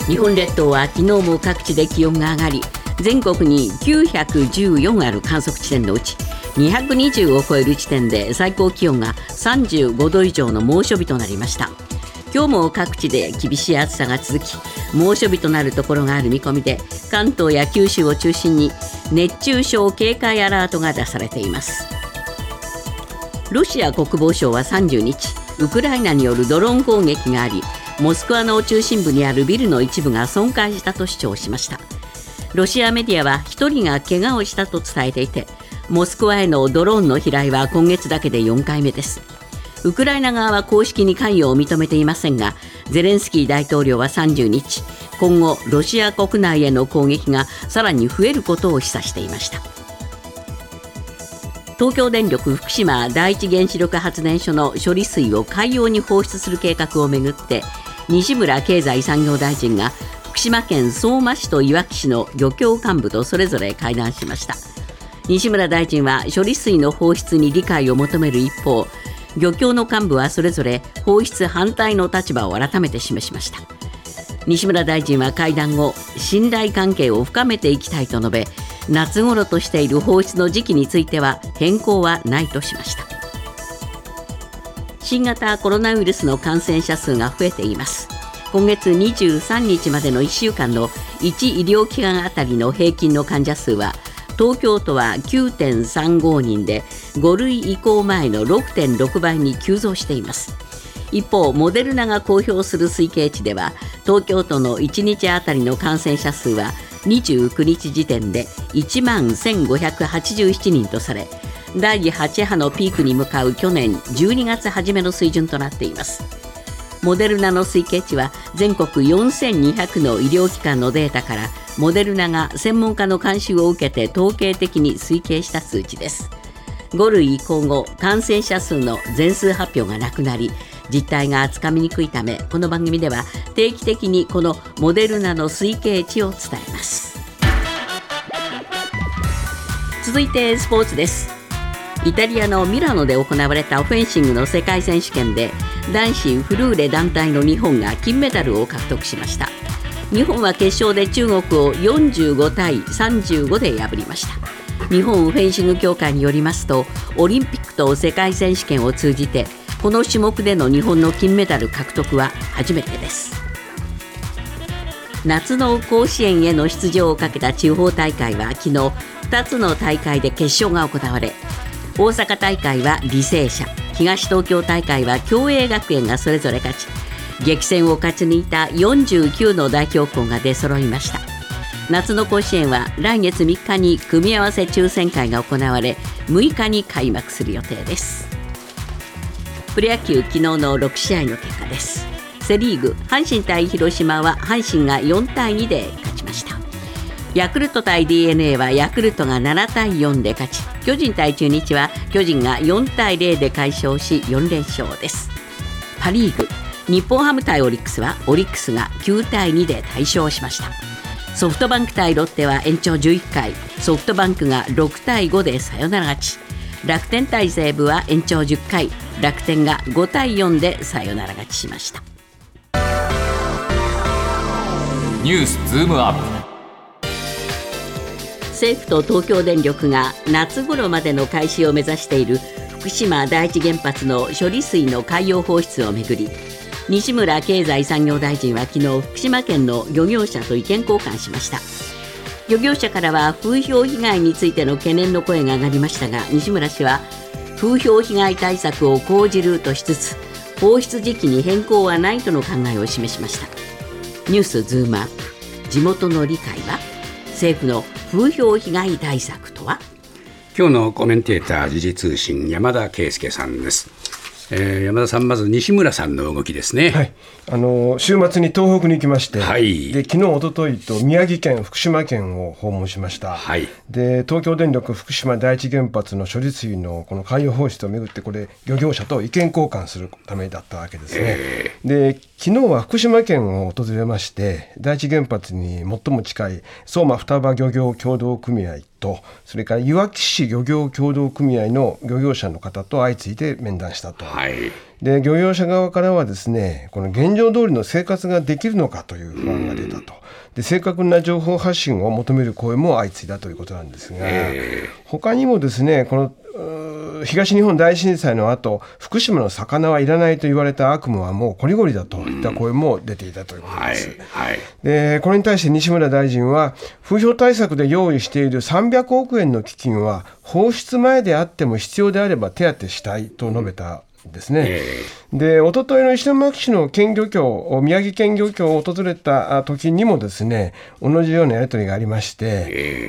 日本列島は昨日も各地で気温が上がり、全国に914ある観測地点のうち220を超える地点で最高気温が35度以上の猛暑日となりました。今日も各地で厳しい暑さが続き、猛暑日となるところがある見込みで、関東や九州を中心に熱中症警戒アラートが出されています。ロシア国防省は30日、ウクライナによるドローン攻撃があり、モスクワの中心部にあるビルの一部が損壊したと主張しました。ロシアメディアは1人が怪我をしたと伝えていて、モスクワへのドローンの飛来は今月だけで4回目です。ウクライナ側は公式に関与を認めていませんが、ゼレンスキー大統領は30日、今後ロシア国内への攻撃がさらに増えることを示唆していました。東京電力福島第一原子力発電所の処理水を海洋に放出する計画をめぐって、西村経済産業大臣が福島県相馬市といわき市の漁協幹部とそれぞれ会談しました。西村大臣は処理水の放出に理解を求める一方、漁協の幹部はそれぞれ放出反対の立場を改めて示しました。西村大臣は会談後、信頼関係を深めていきたいと述べ、夏頃としている放出の時期については変更はないとしました。新型コロナウイルスの感染者数が増えています。今月23日までの1週間の1医療機関あたりの平均の患者数は、東京都は 9.35 人で5類移行前の 6.6 倍に急増しています。一方、モデルナが公表する推計値では、東京都の1日あたりの感染者数は29日時点で1万1587人とされ、第8波のピークに向かう去年12月初めの水準となっています。モデルナの推計値は全国4200の医療機関のデータから、モデルナが専門家の監修を受けて統計的に推計した数値です。5類移行後、感染者数の全数発表がなくなり、実態がつかみにくいため、この番組では定期的にこのモデルナの推計値を伝えます。続いてスポーツです。イタリアのミラノで行われたフェンシングの世界選手権で、男子フルーレ団体の日本が金メダルを獲得しました。日本は決勝で中国を45対35で破りました。日本フェンシング協会によりますと、オリンピックと世界選手権を通じてこの種目での日本の金メダル獲得は初めてです。夏の甲子園への出場をかけた地方大会は昨日2つの大会で決勝が行われ、大阪大会は履正社、東東京大会は共栄学園がそれぞれ勝ち、激戦を勝ち抜いた49の代表校が出揃いました。夏の甲子園は来月3日に組み合わせ抽選会が行われ、6日に開幕する予定です。プロ野球、昨日の6試合の結果です。セリーグ、阪神対広島は阪神が4対2で勝ちました。ヤクルト対 DNA はヤクルトが7対4で勝ち、巨人対中日は巨人が4対0で快勝し4連勝です。パリーグ、日本ハム対オリックスはオリックスが9対2で大勝しました。ソフトバンク対ロッテは延長11回、ソフトバンクが6対5でサヨナラ勝ち。楽天対西武は延長10回、楽天が5対4でサヨナラ勝ちしました。 ニュースズームアップ。 政府と東京電力が夏頃までの開始を目指している福島第一原発の処理水の海洋放出をめぐり、西村経済産業大臣は昨日福島県の漁業者と意見交換しました。漁業者からは風評被害についての懸念の声が上がりましたが、西村氏は風評被害対策を講じるとしつつ、放出時期に変更はないとの考えを示しました。ニュースズームアップ、地元の理解は、政府の風評被害対策とは。 今日のコメンテーター、時事通信山田圭介さんです。山田さん、まず西村さんの動きですね。 はい、週末に東北に行きまして、 はい、 で昨日おとといと宮城県福島県を訪問しました。 はい、 で東京電力福島第一原発の処理水のこの海洋放出をめぐって、これ漁業者と意見交換するためだったわけですね。で昨日は福島県を訪れまして、第一原発に最も近い相馬双葉漁業協同組合と、それからいわき市漁業協同組合の漁業者の方と相次いで面談したと、で漁業者側からはですね、この現状通りの生活ができるのかという不安が出たと。で正確な情報発信を求める声も相次いだということなんですが、他にもですね、この東日本大震災の後、福島の魚はいらないと言われた悪夢はもうこりごりだといった声も出ていたということです。でこれに対して西村大臣は、風評対策で用意している300億円の基金は放出前であっても必要であれば手当てしたいと述べたですね。で一昨日の石巻市の県漁協、宮城県漁協を訪れた時にもですね、同じようなやり取りがありまして、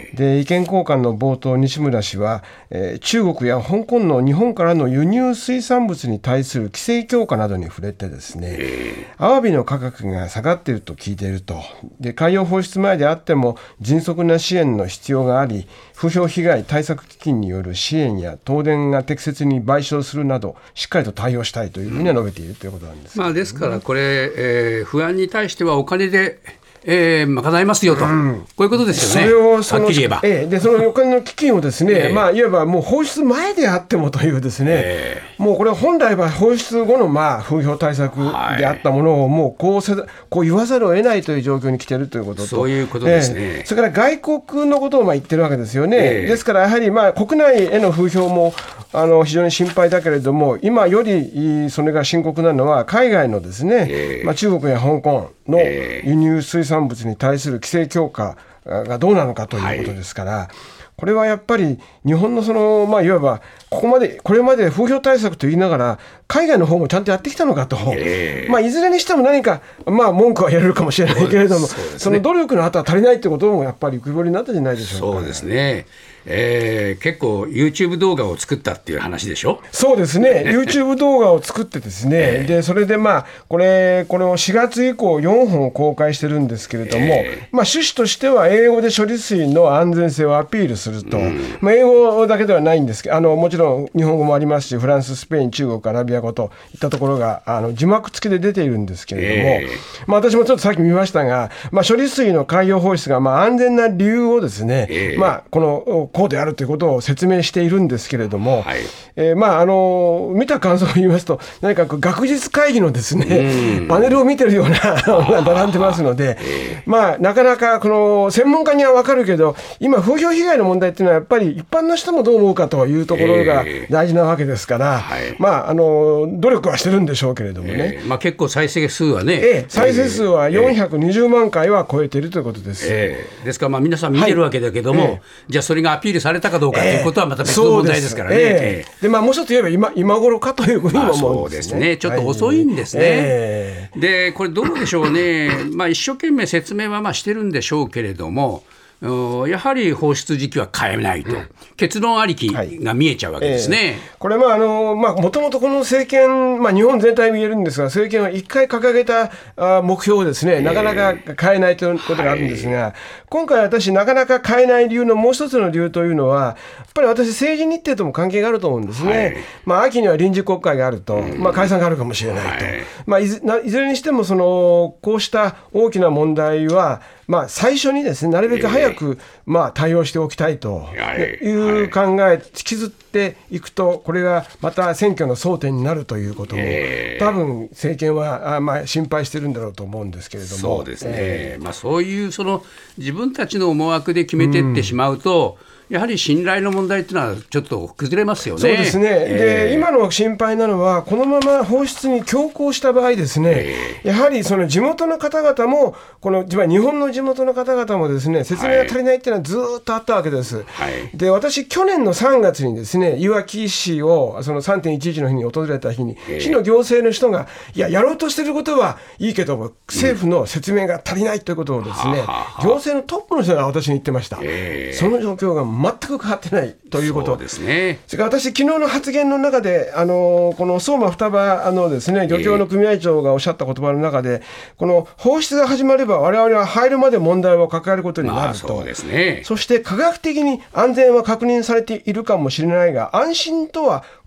で意見交換の冒頭、西村氏は、中国や香港の日本からの輸入水産物に対する規制強化などに触れてですね、アワビの価格が下がっていると聞いていると。で海洋放出前であっても迅速な支援の必要があり、風評被害対策基金による支援や東電が適切に賠償するなどしっかりと対応したいというふうには述べているということなんです、 ですからこれ、不安に対してはお金で賄いますよと、こういうことですよね。はっきり言えば、 でそのお金の基金をですね、いわばもう放出前であってもというですね、もうこれ本来は放出後の風評対策であったものをもうこう言わざるを得ないという状況に来ているということと、 そういうことですね。 それから外国のことを言ってるわけですよね。ですからやはり国内への風評も非常に心配だけれども、今よりそれが深刻なのは海外のですね、中国や香港の輸入水産物に対する規制強化がどうなのかということですから、これはやっぱり日本のいわばこれまで風評対策と言いながら海外の方もちゃんとやってきたのかと、いずれにしても何か文句は言われるかもしれないけれども、その努力の後は足りないということもやっぱり浮き彫りになったんじゃないでしょうか。 そうですね。結構 YouTube 動画を作ったっていう話でしょ。 そうですねYouTube 動画を作ってですね、でそれでこれを4月以降4本公開してるんですけれども、趣旨としては英語で処理水の安全性をアピールすると、英語だけではないんですけど、もちろん日本語もありますし、フランス、スペイン、中国、アラビア語といったところが字幕付きで出ているんですけれども、私もちょっとさっき見ましたが、処理水の海洋放出が安全な理由をですね、こうであるということを説明しているんですけれども、見た感想を言いますと、何か学術会議のですね、パネルを見てるようなのが並んでますので、なかなか専門家には分かるけど、今風評被害の問題っていうのはやっぱり一般の人もどう思うかというところが大事なわけですから、努力はしてるんでしょうけれどもね、 結構再生数はね、 再生数は420万回は超えているということです。 ですから皆さん見てるわけだけども、じゃあそれがアピールされたかどうかということはまた別の問題ですからね。 でもう一つ言えば今頃かというふうにも思うんですね。 そうですね、ちょっと遅いんですね。でこれどうでしょうね、一生懸命説明はしてるんでしょうけれども、やはり放出時期は変えないと、結論ありきが見えちゃうわけですね。 これもともとこの政権、日本全体見えるんですが、政権は一回掲げた目標をですね、なかなか変えないということがあるんですが、今回私なかなか変えない理由のもう一つの理由というのは、やっぱり私政治日程とも関係があると思うんですね。秋には臨時国会があると、解散があるかもしれないと、いずれにしてもこうした大きな問題は最初にですね、なるべく早く対応しておきたいという考え、引きずっていくと、これがまた選挙の争点になるということも、多分政権は心配してるんだろうと思うんですけれども。 そうですね、そういう自分たちの思惑で決めていってしまうと、やはり信頼の問題というのはちょっと崩れますよね。 そうですね、で今の心配なのは、このまま放出に強行した場合ですね、やはり地元の方々も日本の地元の方々もですね、説明が足りないっていうのはずっとあったわけです。で私去年の3月にですね、いわき市を3.11 の日に訪れた日に、市の行政の人がやろうとしていることはいいけども、政府の説明が足りないということをですね、行政のトップの人が私に言ってました。その状況が全く変わってないということ。 そうですね。 それから私昨日の発言の中でこの相馬双葉のですね、漁協の組合長がおっしゃった言葉の中で、この放出が始まれば我々は入るまで問題を抱えることになると、 そうですね。 そして科学的に安全は確認されているかもしれないが、安心とは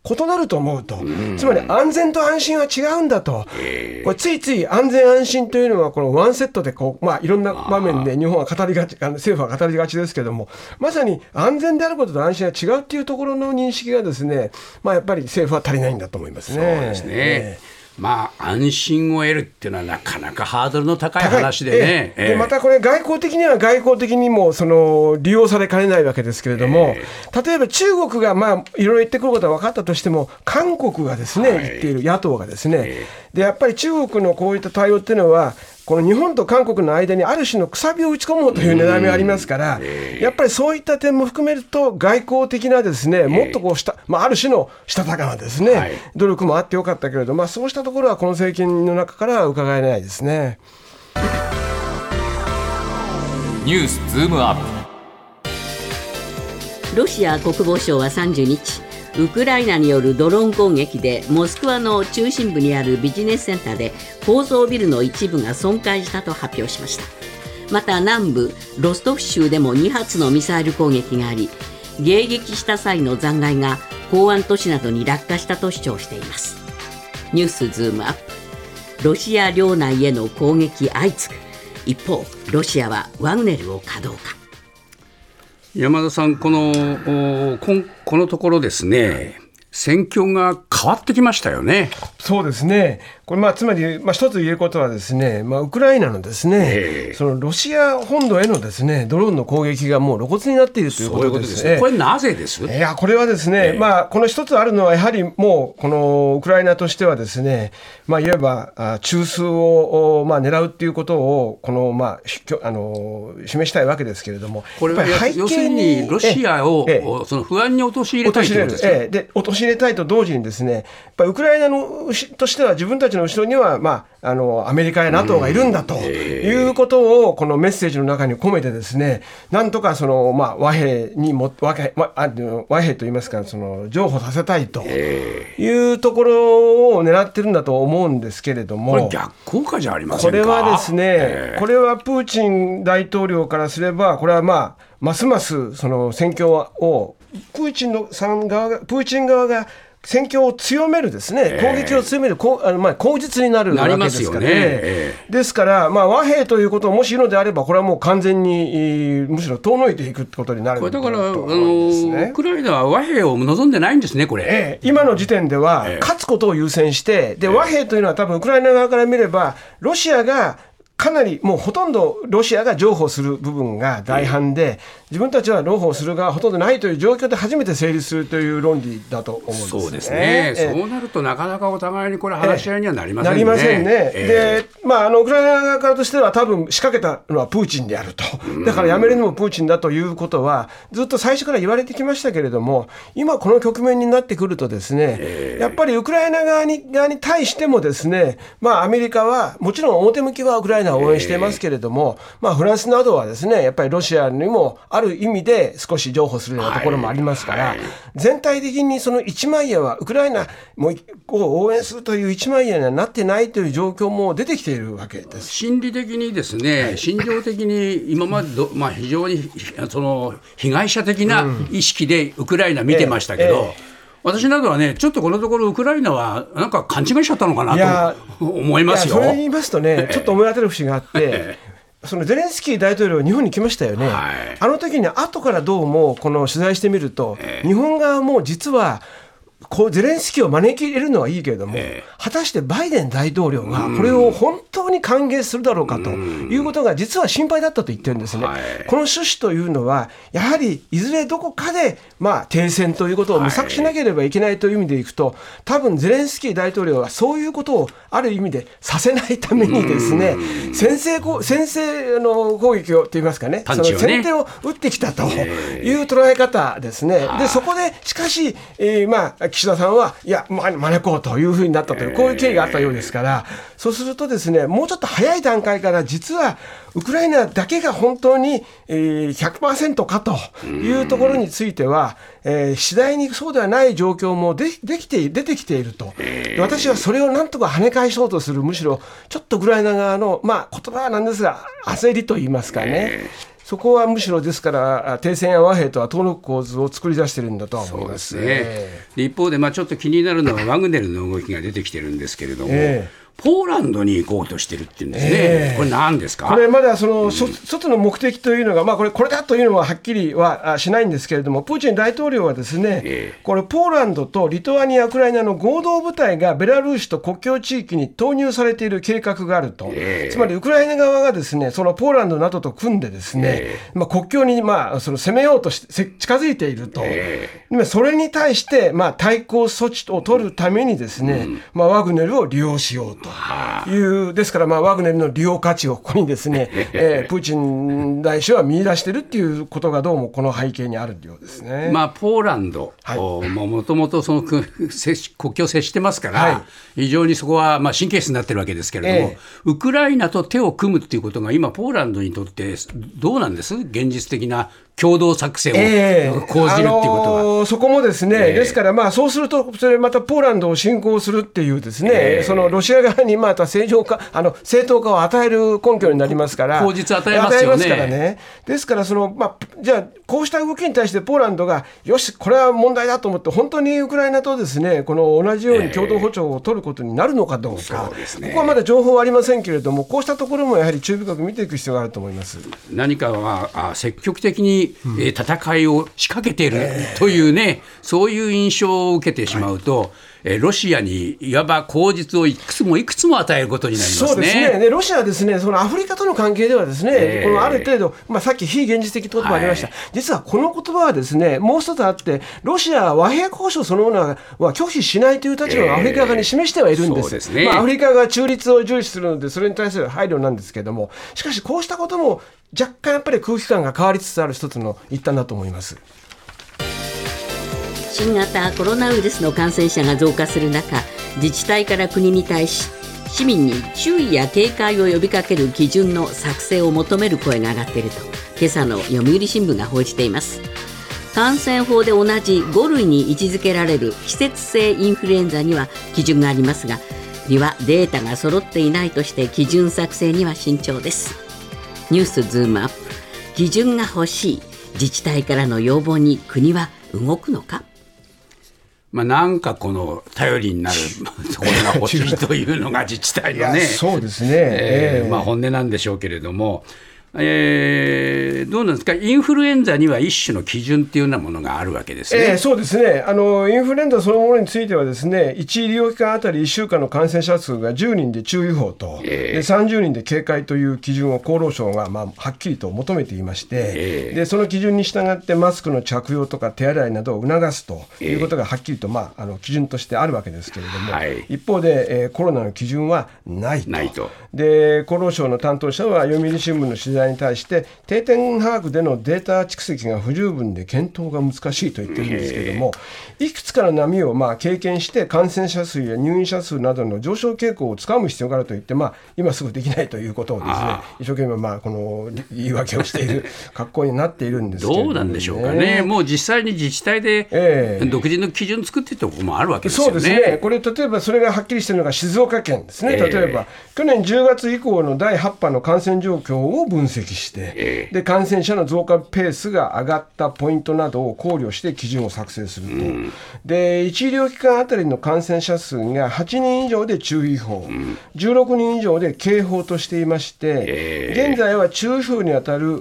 異なると思うと、つまり安全と安心は違うんだと、これついつい安全安心というのはこのワンセットでいろんな場面で日本は語りがち、政府は語りがちですけども、まさに安全であることと安心は違うというところの認識がですね、やっぱり政府は足りないんだと思いますね。 そうですね、安心を得るっていうのはなかなかハードルの高い話でね、 でまたこれ外交的には外交的にも利用されかねないわけですけれども、例えば中国がいろいろ言ってくることは分かったとしても、韓国がですね、言っている野党がですね、でやっぱり中国のこういった対応っていうのはこの日本と韓国の間にある種のくさびを打ち込もうという狙いがありますから、やっぱりそういった点も含めると外交的なですね、もっとある種のしたたかなですね、努力もあってよかったけれど、そうしたところはこの政権の中からは伺えないですね。 ニュースズームアップ。 ロシア国防省は30日、ウクライナによるドローン攻撃でモスクワの中心部にあるビジネスセンターで高層ビルの一部が損壊したと発表しました。また南部ロストフ州でも2発のミサイル攻撃があり、迎撃した際の残骸が港湾都市などに落下したと主張しています。ニュースズームアップ。ロシア領内への攻撃相次ぐ。一方、ロシアはワグネルを稼働か。 山田さん、このところですね、戦況が変わってきましたよね。 そうですね、これつまり、一つ言えることはですね、ウクライナのですね、そのロシア本土へのですねドローンの攻撃がもう露骨になっているということですね。 これなぜです？ これはですね、この一つあるのはやはりもうこのウクライナとしてはですね、いわば中枢を狙うっていうことを示したいわけですけれども、 これは要するにロシアをその不安に陥れたいということですか？ で陥れたいと同時にですね、やっぱりウクライナのとしては自分たちの後ろにはアメリカや NATO がいるんだということをこのメッセージの中に込めてですね、なんとか和平といいますか、譲歩させたいというところを狙ってるんだと思うんですけれども、 これ逆効果じゃありませんか？ これはですね、これはプーチン大統領からすれば、これはますますその戦況をプーチン側が戦況を強めるですね、攻撃を強める口実になるわけですからね。ですから、和平ということをもし言うのであれば、これはもう完全にむしろ遠のいていくことになるんだと思うんですね。 ウクライナは和平を望んでないんですね、これ。 今の時点では勝つことを優先して、で和平というのは多分ウクライナ側から見れば、ロシアがかなりもうほとんどロシアが譲歩する部分が大半で、自分たちは譲歩する側ほとんどないという状況で初めて成立するという論理だと思うんですね。 そうですね、そうなるとなかなかお互いにこれ話し合いにはなりませんね。 なりませんね。で、ウクライナ側からとしては多分仕掛けたのはプーチンであると、だからやめるのもプーチンだということはずっと最初から言われてきましたけれども、今この局面になってくるとですね、やっぱりウクライナ側に対してもですね、アメリカはもちろん表向きはウクライナを応援していますけれども、フランスなどはですね、やっぱりロシアにもある意味で少し譲歩するようなところもありますから、全体的にその一枚岩はウクライナを応援するという一枚岩にはなってないという状況も出てきているわけです。 心理的にですね、心情的に今まで非常にその被害者的な意識でウクライナ見てましたけど、私などはね、ちょっとこのところウクライナはなんか勘違いしちゃったのかなと思いますよ。 それ言いますとね、ちょっと思い当たる節があってそのゼレンスキー大統領は日本に来ましたよね。あの時に後からどうもこの取材してみると、日本側も実はゼレンスキーを招き入れるのはいいけれども、果たしてバイデン大統領がこれを本当に歓迎するだろうかということが実は心配だったと言ってるんですね。この趣旨というのはやはりいずれどこかで停戦ということを模索しなければいけないという意味でいくと、多分ゼレンスキー大統領はそういうことをある意味でさせないためにですね、先制の攻撃をといいますかね、その先手を打ってきたという捉え方ですね。でそこでしかし、岸田さんはいや招こうというふうになったという、こういう経緯があったようですから、そうするとですね、もうちょっと早い段階から実はウクライナだけが本当に 100% かというところについては、次第にそうではない状況も出てきていると。私はそれをなんとか跳ね返そうとする、むしろちょっとウクライナ側の言葉なんですが焦りといいますかね、 そこはむしろですから停戦や和平とは遠のく構図を作り出しているんだとは思います。 そうですね。で一方でちょっと気になるのはワグネルの動きが出てきてるんですけれども、ポーランドに行こうとしてるっていうんですね。これ何ですか？ これまだ外の目的というのが、これだというのははっきりはしないんですけれども、プーチン大統領はですね、これポーランドとリトアニア、ウクライナの合同部隊がベラルーシと国境地域に投入されている計画があると、つまりウクライナ側がですね、そのポーランドなどと組んでですね、国境に攻めようとして近づいていると、それに対して対抗措置を取るためにですね、ワグネルを利用しようという、ですからワグネルの利用価値をここにですね、プーチン大使は見出しているっていうことがどうもこの背景にあるようですね。 ポーランド、もともとその国境を接してますから、非常にそこは神経質になってるわけですけれども、ウクライナと手を組むっていうことが今ポーランドにとってどうなんです？現実的な共同作戦を講じるっていうことは、 そこもですね、ですからそうするとそれまたポーランドを侵攻するっていうですね、そのロシア側にまた正当化を与える根拠になりますから、 口実与えますよね。 からね。ですからじゃあこうした動きに対してポーランドがよしこれは問題だと思って本当にウクライナとですねこの同じように共同歩調を取ることになるのかどうか、ここはまだ情報はありませんけれども、こうしたところもやはり注意深く見ていく必要があると思います。 何かは積極的に戦いを仕掛けているというね、そういう印象を受けてしまうと、ロシアにいわば口実をいくつも与えることになりますね。 そうですね。でロシアはですね、そのアフリカとの関係ではですね、このある程度、さっき非現実的という言葉がありました、実はこの言葉はですね、もう一つあって、ロシアは和平交渉そのものは拒否しないという立場をアフリカ側に示してはいるんです。 そうですね。 アフリカが中立を重視するのでそれに対する配慮なんですけれども、しかしこうしたことも若干やっぱり空気感が変わりつつある一つの一端だと思います。 新型コロナウイルスの感染者が増加する中、自治体から国に対し市民に注意や警戒を呼びかける基準の作成を求める声が上がっていると今朝の読売新聞が報じています。感染法で同じ5類に位置づけられる季節性インフルエンザには基準がありますが、国はデータが揃っていないとして基準作成には慎重です。ニュースズームアップ、基準が欲しい、自治体からの要望に国は動くのか。 なんかこの頼りになるところが欲しいというのが自治体のねそうですね、 本音なんでしょうけれども、どうなんですか、インフルエンザには一種の基準っていうようなものがあるわけですね。 そうですね。インフルエンザそのものについてはですね、1医療機関あたり1週間の感染者数が10人で注意報と、で30人で警戒という基準を厚労省がはっきりと求めていまして、でその基準に従ってマスクの着用とか手洗いなどを促すということがはっきりと、基準としてあるわけですけれども、一方で、コロナの基準はないと。で厚労省の担当者は読売新聞の取材に対して定点把握でのデータ蓄積が不十分で検討が難しいと言ってるんですけれども、いくつかの波を経験して感染者数や入院者数などの上昇傾向をつかむ必要があると言って、今すぐできないということをですね、一生懸命この言い訳をしている格好になっているんですけれども、 どうなんでしょうかね。もう実際に自治体で独自の基準作っているところもあるわけですよね。 そうですね。これ例えばそれがはっきりしているのが静岡県ですね。例えば去年10月以降の第8波の感染状況を分析して、で感染者の増加ペースが上がったポイントなどを考慮して基準を作成すると、で1医療機関あたりの感染者数が8人以上で注意報、16人以上で警報としていまして、現在は注意報に当たる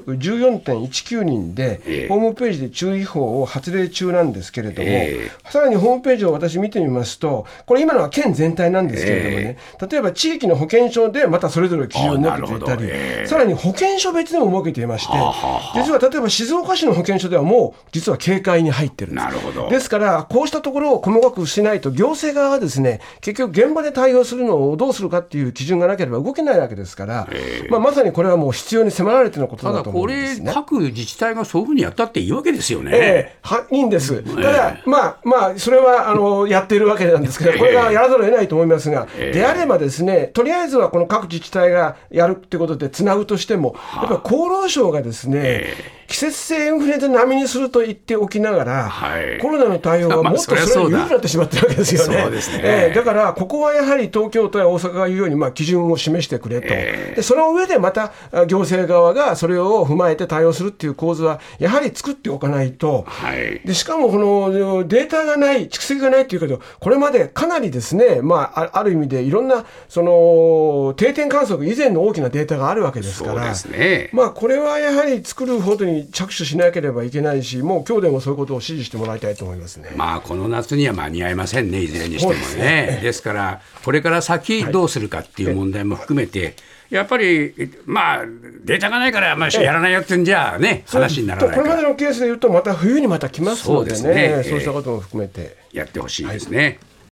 14.19 人で、ホームページで注意報を発令中なんですけれども、さらにホームページを私見てみますと、これ今のは県全体なんですけれどもね、例えば地域の保健所でまたそれぞれ基準を設けていたり、さらに保健所別でも設けていまして、実は例えば静岡市の保健所ではもう実は警戒に入ってるんです。ですからこうしたところを細かくしないと行政側はですね、結局現場で対応するのをどうするかっていう基準がなければ動けないわけですから、まさにこれはもう必要に迫られてのことだと思うんですね。 ただこれ各自治体がそういうふうにやったっていいわけですよね。 いいんです。ただそれはやっているわけなんですけど、これがやらざるを得ないと思いますが、であればですね、とりあえずはこの各自治体がやるってことでつなぐとしても、やっぱり厚労省がですね、 季節性インフルエンザ並みにすると言っておきながら、コロナの対応はもっとそれに緩くなってしまってるわけですよね。 そうですね。 だからここはやはり東京都や大阪が言うように基準を示してくれと、でその上でまた行政側がそれを踏まえて対応するっていう構図はやはり作っておかないと、でしかもこのデータがない、蓄積がないというけど、これまでかなりですね、ある意味でいろんなその定点観測以前の大きなデータがあるわけですから、 そうですね。 これはやはり作るほどに着手しなければいけないし、もう今日でもそういうことを指示してもらいたいと思いますね。 この夏には間に合いませんね、いずれにしてもね。ですからこれから先どうするかっていう問題も含めて、やっぱりデータがないからやらないよってんじゃね、話にならないから、 これまでのケースでいうとまた冬にまた来ますのでね、そうしたことも含めてやってほしいですね。